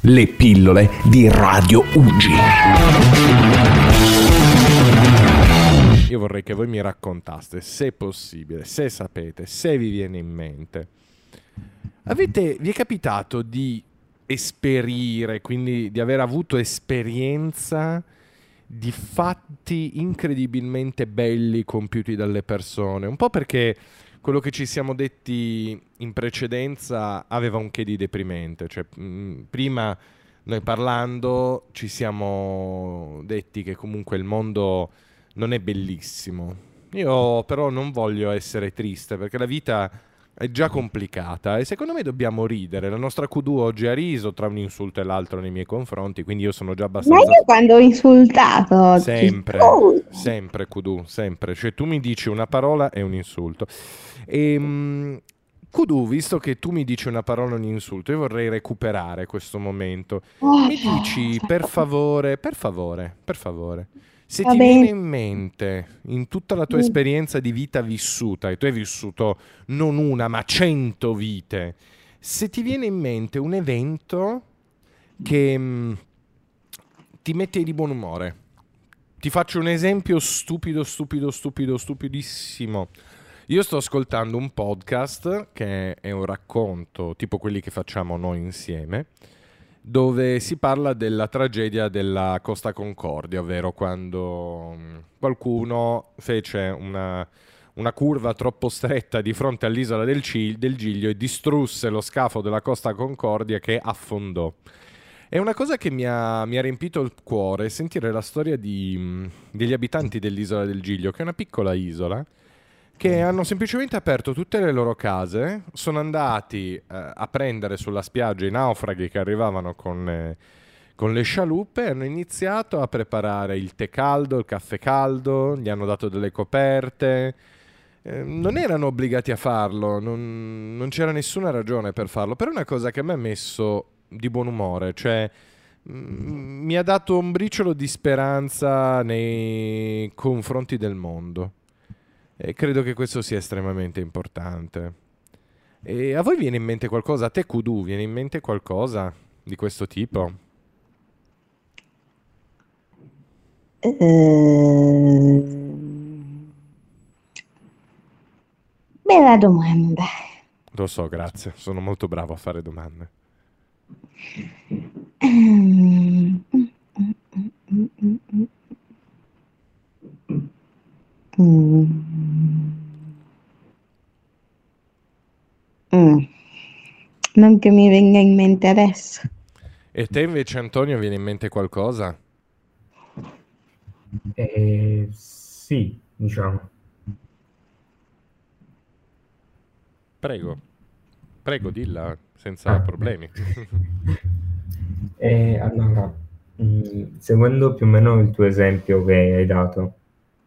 le pillole di Radio Uggi. Io vorrei che voi mi raccontaste, se possibile, se sapete, se vi viene in mente. Vi è capitato di esperire, quindi di aver avuto esperienza di fatti incredibilmente belli compiuti dalle persone? Un po' perché quello che ci siamo detti in precedenza aveva un che di deprimente, cioè prima noi parlando ci siamo detti che comunque il mondo non è bellissimo. Io però non voglio essere triste perché la vita è già complicata e secondo me dobbiamo ridere. La nostra Q2 oggi ha riso tra un insulto e l'altro nei miei confronti, quindi io sono già Ma abbastanza... io quando ho insultato oggi, Sempre Q2, sempre. Cioè tu mi dici una parola e un insulto. Q2, visto che tu mi dici una parola e un insulto, io vorrei recuperare questo momento. Mi dici per favore, se va ti viene bene. in mente, in tutta la tua esperienza di vita vissuta, e tu hai vissuto non una, ma 100 vite, se ti viene in mente un evento che ti mette di buon umore. Ti faccio un esempio stupidissimo. Io sto ascoltando un podcast che è un racconto, tipo quelli che facciamo noi insieme, dove si parla della tragedia della Costa Concordia, ovvero quando qualcuno fece una curva troppo stretta di fronte all'isola del Giglio e distrusse lo scafo della Costa Concordia che affondò. È una cosa che mi ha riempito il cuore sentire la storia degli abitanti dell'isola del Giglio, che è una piccola isola, che hanno semplicemente aperto tutte le loro case, sono andati a prendere sulla spiaggia i naufraghi che arrivavano con le scialuppe e hanno iniziato a preparare il tè caldo, il caffè caldo, gli hanno dato delle coperte. Non erano obbligati a farlo, non c'era nessuna ragione per farlo, però è una cosa che a me ha messo di buon umore, cioè mi ha dato un briciolo di speranza nei confronti del mondo e credo che questo sia estremamente importante. E a voi viene in mente qualcosa? A te Kudu viene in mente qualcosa di questo tipo? Bella domanda. Lo so, grazie, sono molto bravo a fare domande. Mm, mm, mm, mm, mm, mm. Mm. Mm. Non che mi venga in mente adesso. E te invece Antonio viene in mente qualcosa? Sì, diciamo. Prego, prego, dilla senza Ah, problemi. allora, seguendo più o meno il tuo esempio che hai dato,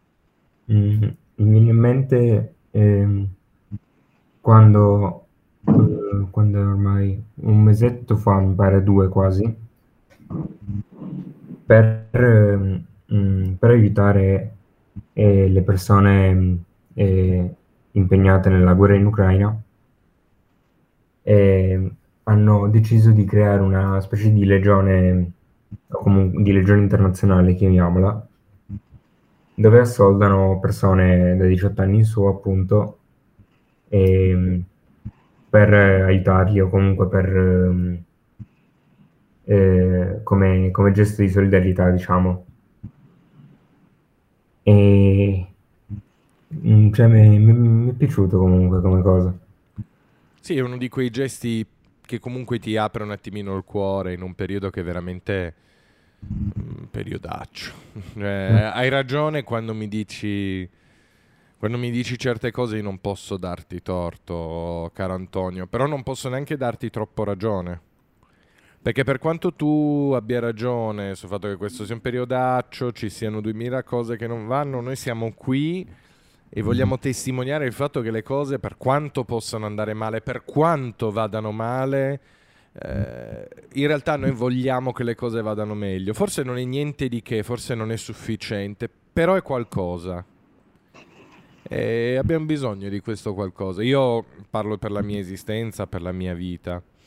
mi viene in mente quando, quando ormai un mesetto fa, mi pare due quasi, per aiutare le persone impegnate nella guerra in Ucraina, e hanno deciso di creare una specie di legione, o comunque di legione internazionale, chiamiamola, dove assoldano persone da 18 anni in su, appunto, e, per aiutarli o comunque come gesto di solidarietà, diciamo. E cioè, mi è piaciuto comunque come cosa. Sì, è uno di quei gesti che comunque ti apre un attimino il cuore in un periodo che è veramente periodaccio. Hai ragione quando mi dici certe cose io non posso darti torto, caro Antonio, però non posso neanche darti troppo ragione. Perché per quanto tu abbia ragione sul fatto che questo sia un periodaccio, ci siano 2000 cose che non vanno, noi siamo qui e vogliamo testimoniare il fatto che le cose, per quanto possano andare male, per quanto vadano male, in realtà noi vogliamo che le cose vadano meglio. Forse non è niente di che, forse non è sufficiente, però è qualcosa. E abbiamo bisogno di questo qualcosa. Io parlo per la mia esistenza, per la mia vita.